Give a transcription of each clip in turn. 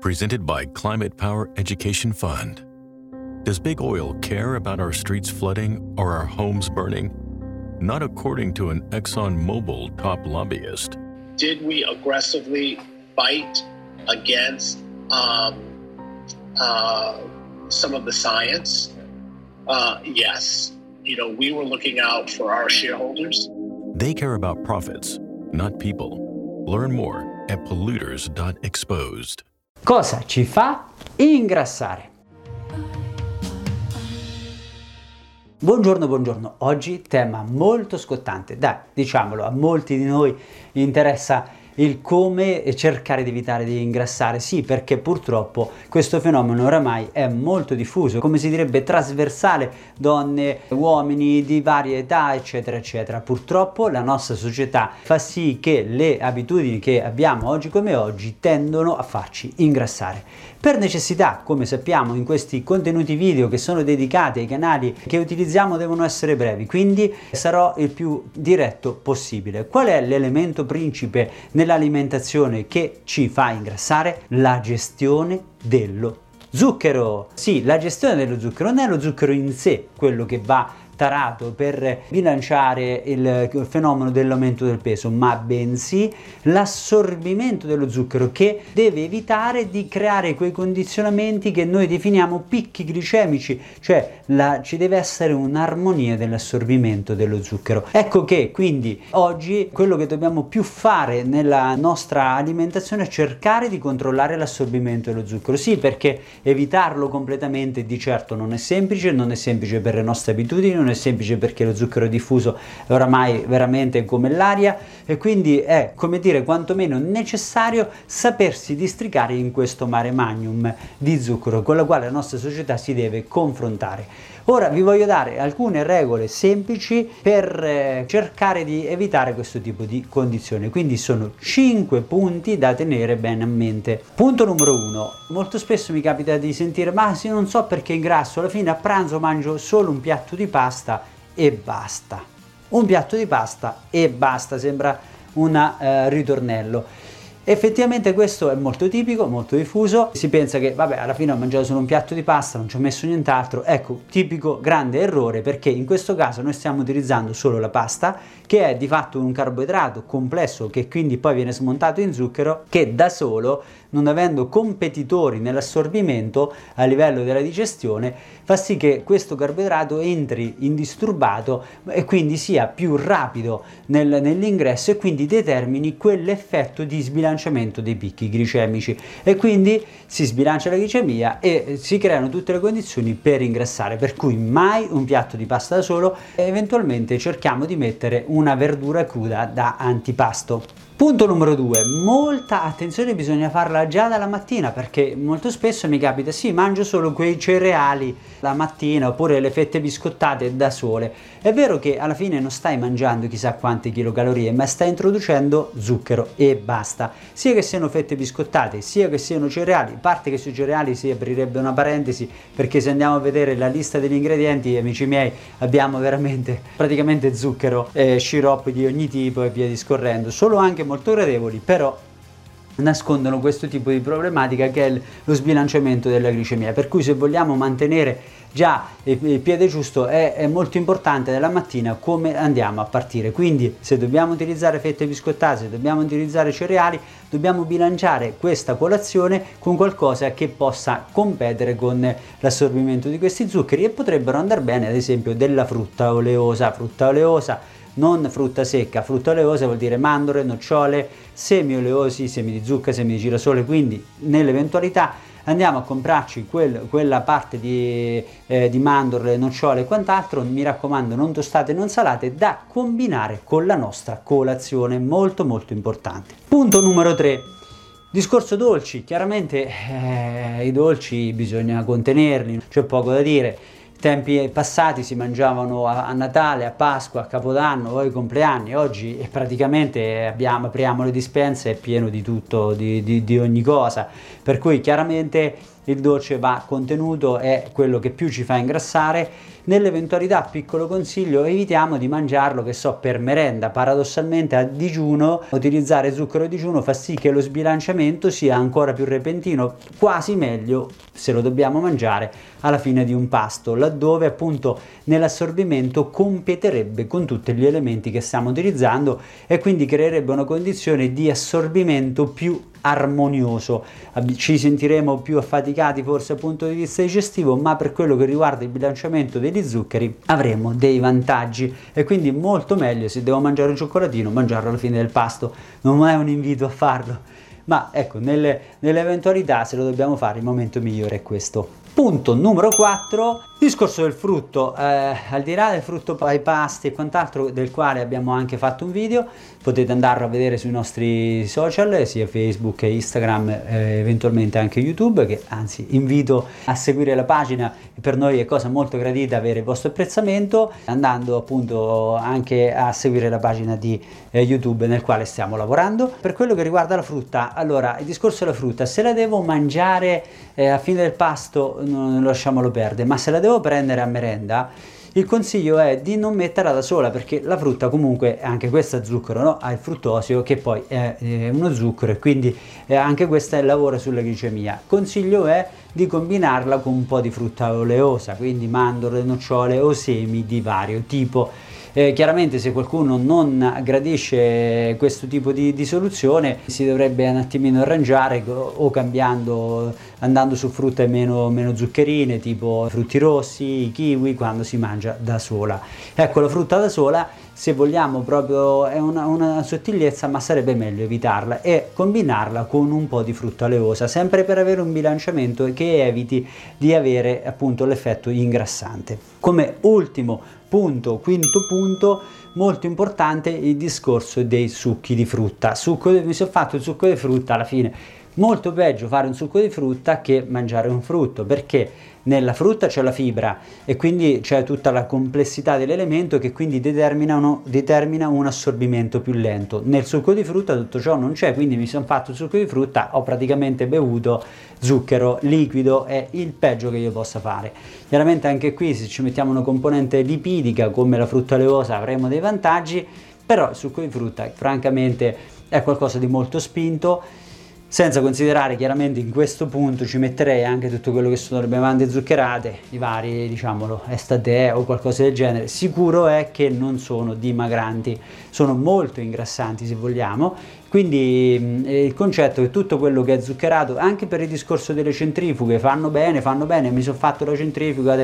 presented by Climate Power Education Fund. Does big oil care about our streets flooding or our homes burning? Not according to an ExxonMobil top lobbyist. Did we aggressively fight against some of the science? Yes. We were looking out for our shareholders. They care about profits, not people. Learn more at polluters.exposed. Cosa ci fa ingrassare? Buongiorno. Oggi tema molto scottante. Dai, diciamolo, a molti di noi interessa il come cercare di evitare di ingrassare. Sì, perché purtroppo questo fenomeno oramai è molto diffuso, come si direbbe trasversale, donne, uomini di varie età, eccetera, eccetera. Purtroppo la nostra società fa sì che le abitudini che abbiamo oggi come oggi tendono a farci ingrassare. Per necessità, come sappiamo, in questi contenuti video che sono dedicati ai canali che utilizziamo devono essere brevi, quindi sarò il più diretto possibile. Qual è l'elemento principe nell'alimentazione che ci fa ingrassare? La gestione dello zucchero. Sì, la gestione dello zucchero. Non è lo zucchero in sé quello che va tarato per bilanciare il fenomeno dell'aumento del peso, ma bensì l'assorbimento dello zucchero, che deve evitare di creare quei condizionamenti che noi definiamo picchi glicemici, cioè ci deve essere un'armonia dell'assorbimento dello zucchero. Ecco che quindi oggi quello che dobbiamo più fare nella nostra alimentazione è cercare di controllare l'assorbimento dello zucchero. Sì, perché evitarlo completamente di certo non è semplice per le nostre abitudini, non è semplice perché lo zucchero è diffuso oramai veramente come l'aria, e quindi è, come dire, quantomeno necessario sapersi districare in questo mare magnum di zucchero con la quale la nostra società si deve confrontare. Ora vi voglio dare alcune regole semplici per cercare di evitare questo tipo di condizioni, quindi sono 5 punti da tenere bene a mente. Punto numero 1. Molto spesso mi capita di sentire: ma sì, non so perché ingrasso, alla fine a pranzo mangio solo un piatto di pasta e basta. Un piatto di pasta e basta, sembra un ritornello. Effettivamente questo è molto tipico, molto diffuso. Si pensa che vabbè, alla fine ho mangiato solo un piatto di pasta, non ci ho messo nient'altro. Ecco, tipico grande errore, perché in questo caso noi stiamo utilizzando solo la pasta, che è di fatto un carboidrato complesso che quindi poi viene smontato in zucchero, che da solo, non avendo competitori nell'assorbimento a livello della digestione, fa sì che questo carboidrato entri indisturbato e quindi sia più rapido nell'ingresso, e quindi determini quell'effetto di sbilanciamento dei picchi glicemici, e quindi si sbilancia la glicemia e si creano tutte le condizioni per ingrassare. Per cui mai un piatto di pasta da solo, e eventualmente cerchiamo di mettere una verdura cruda da antipasto. Punto numero 2, molta attenzione bisogna farla già dalla mattina, perché molto spesso mi capita: sì, mangio solo quei cereali la mattina oppure le fette biscottate da sole. È vero che alla fine non stai mangiando chissà quante chilocalorie, ma stai introducendo zucchero e basta, sia che siano fette biscottate sia che siano cereali. A parte che sui cereali si aprirebbe una parentesi, perché se andiamo a vedere la lista degli ingredienti, amici miei, abbiamo veramente praticamente zucchero, sciroppi di ogni tipo e via discorrendo, solo anche molto gradevoli, però nascondono questo tipo di problematica che è lo sbilanciamento della glicemia. Per cui se vogliamo mantenere già il piede giusto è molto importante dalla mattina come andiamo a partire. Quindi se dobbiamo utilizzare fette biscottate, se dobbiamo utilizzare cereali, dobbiamo bilanciare questa colazione con qualcosa che possa competere con l'assorbimento di questi zuccheri, e potrebbero andare bene ad esempio della frutta oleosa, non frutta secca. Frutta oleosa vuol dire mandorle, nocciole, semi oleosi, semi di zucca, semi di girasole. Quindi nell'eventualità andiamo a comprarci quella parte di mandorle, nocciole e quant'altro, mi raccomando non tostate, non salate, da combinare con la nostra colazione, molto molto importante. Punto numero 3. Discorso dolci. Chiaramente i dolci bisogna contenerli, c'è poco da dire. Tempi passati si mangiavano a Natale, a Pasqua, a Capodanno, poi ai compleanni. Oggi praticamente apriamo le dispense, è pieno di tutto, di ogni cosa, per cui chiaramente il dolce va contenuto, è quello che più ci fa ingrassare. Nell'eventualità, piccolo consiglio, evitiamo di mangiarlo, che so, per merenda. Paradossalmente a digiuno, utilizzare zucchero a digiuno fa sì che lo sbilanciamento sia ancora più repentino, quasi meglio se lo dobbiamo mangiare alla fine di un pasto, laddove appunto nell'assorbimento competerebbe con tutti gli elementi che stiamo utilizzando e quindi creerebbe una condizione di assorbimento più armonioso. Ci sentiremo più affaticati forse dal punto di vista digestivo, ma per quello che riguarda il bilanciamento degli zuccheri avremo dei vantaggi, e quindi molto meglio, se devo mangiare un cioccolatino, mangiarlo alla fine del pasto. Non è un invito a farlo, ma ecco, nell'eventualità, se lo dobbiamo fare, il momento migliore è questo. Punto numero 4, discorso del frutto. Al di là del frutto ai pasti e quant'altro, del quale abbiamo anche fatto un video, potete andarlo a vedere sui nostri social, sia Facebook che Instagram, eventualmente anche YouTube, che anzi invito a seguire la pagina. Per noi è cosa molto gradita avere il vostro apprezzamento, andando appunto anche a seguire la pagina di YouTube nel quale stiamo lavorando. Per quello che riguarda la frutta, allora, il discorso della frutta, se la devo mangiare a fine del pasto, non lasciamolo perdere, ma se la devo prendere a merenda, il consiglio è di non metterla da sola, perché la frutta comunque, anche questa zucchero, no? Ha il fruttosio, che poi è uno zucchero, e quindi anche questa lavora sulla glicemia. Consiglio è di combinarla con un po' di frutta oleosa, quindi mandorle, nocciole o semi di vario tipo. Chiaramente, se qualcuno non gradisce questo tipo di soluzione, si dovrebbe un attimino arrangiare, o cambiando, andando su frutte meno zuccherine, tipo frutti rossi, i kiwi, quando si mangia da sola. Ecco, la frutta da sola, se vogliamo, proprio è una sottigliezza, ma sarebbe meglio evitarla e combinarla con un po' di frutta oleosa, sempre per avere un bilanciamento che eviti di avere appunto l'effetto ingrassante. Come ultimo punto, quinto punto, molto importante, il discorso dei succhi di frutta. Mi sono fatto il succo di frutta, alla fine molto peggio fare un succo di frutta che mangiare un frutto, perché nella frutta c'è la fibra e quindi c'è tutta la complessità dell'elemento, che quindi determina un assorbimento più lento. Nel succo di frutta tutto ciò non c'è, quindi mi sono fatto il succo di frutta, ho praticamente bevuto zucchero liquido, è il peggio che io possa fare. Chiaramente anche qui, se ci mettiamo una componente lipidica come la frutta oleosa, avremo dei vantaggi, però il succo di frutta francamente è qualcosa di molto spinto. Senza considerare, chiaramente, in questo punto ci metterei anche tutto quello che sono le bevande zuccherate, i vari, diciamolo, estate o qualcosa del genere. Sicuro è che non sono dimagranti, sono molto ingrassanti, se vogliamo. Quindi il concetto è che tutto quello che è zuccherato, anche per il discorso delle centrifughe, fanno bene. Mi sono fatto la centrifuga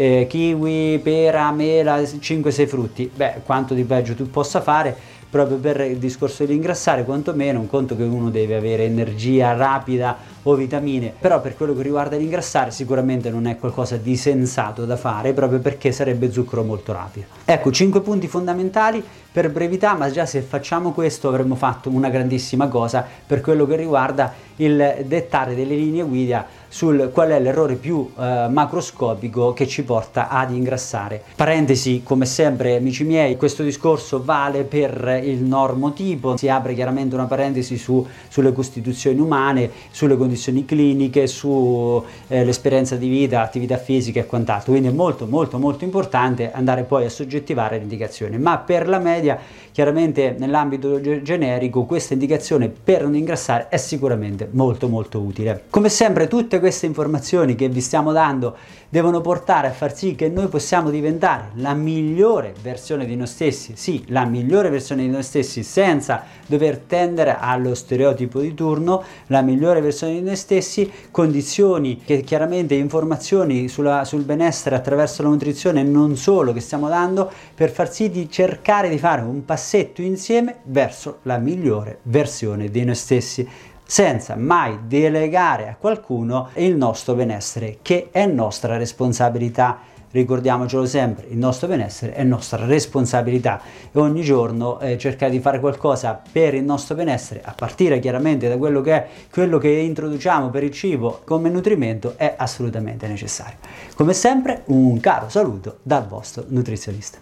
kiwi, pera, mela, 5-6 frutti. Beh, quanto di peggio tu possa fare, proprio per il discorso di ingrassare, quantomeno. Un conto che uno deve avere energia rapida o vitamine, però per quello che riguarda l'ingrassare sicuramente non è qualcosa di sensato da fare, proprio perché sarebbe zucchero molto rapido. Ecco, 5 punti fondamentali per brevità, ma già se facciamo questo avremmo fatto una grandissima cosa per quello che riguarda il dettare delle linee guida sul qual è l'errore più macroscopico che ci porta ad ingrassare. Parentesi, come sempre, amici miei, questo discorso vale per il normotipo, si apre chiaramente una parentesi sulle costituzioni umane, sulle condizioni cliniche, sull'esperienza di vita, attività fisica e quant'altro, quindi è molto molto molto importante andare poi a soggettivare le indicazioni, ma per la media, chiaramente nell'ambito generico, questa indicazione per non ingrassare è sicuramente molto molto utile. Come sempre, tutte queste informazioni che vi stiamo dando devono portare a far sì che noi possiamo diventare la migliore versione di noi stessi, sì, la migliore versione di noi stessi, senza dover tendere allo stereotipo di turno, la migliore versione di noi stessi, condizioni che chiaramente, informazioni sul benessere attraverso la nutrizione non solo che stiamo dando, per far sì di cercare di fare un passetto insieme verso la migliore versione di noi stessi, senza mai delegare a qualcuno il nostro benessere, che è nostra responsabilità. Ricordiamocelo sempre, il nostro benessere è nostra responsabilità e ogni giorno cercare di fare qualcosa per il nostro benessere, a partire chiaramente da quello che introduciamo per il cibo come nutrimento, è assolutamente necessario. Come sempre, un caro saluto dal vostro nutrizionista.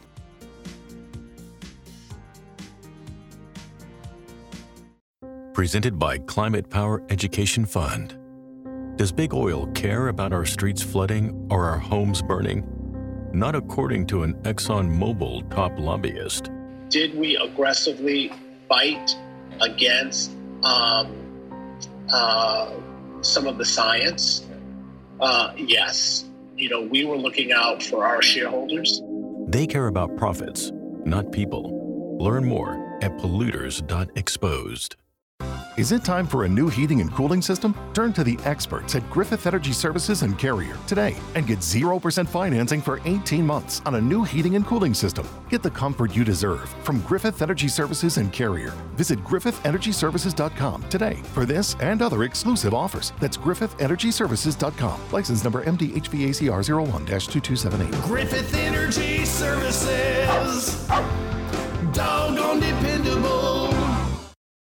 Presented by Climate Power Education Fund. Does big oil care about our streets flooding or our homes burning? Not according to an ExxonMobil top lobbyist. Did we aggressively fight against some of the science? Yes. We were looking out for our shareholders. They care about profits, not people. Learn more at polluters.exposed. Is it time for a new heating and cooling system? Turn to the experts at Griffith Energy Services and Carrier today and get 0% financing for 18 months on a new heating and cooling system. Get the comfort you deserve from Griffith Energy Services and Carrier. Visit griffithenergyservices.com today for this and other exclusive offers. That's griffithenergyservices.com. License number MDHVACR 01-2278. Griffith Energy Services. Doggone dependable.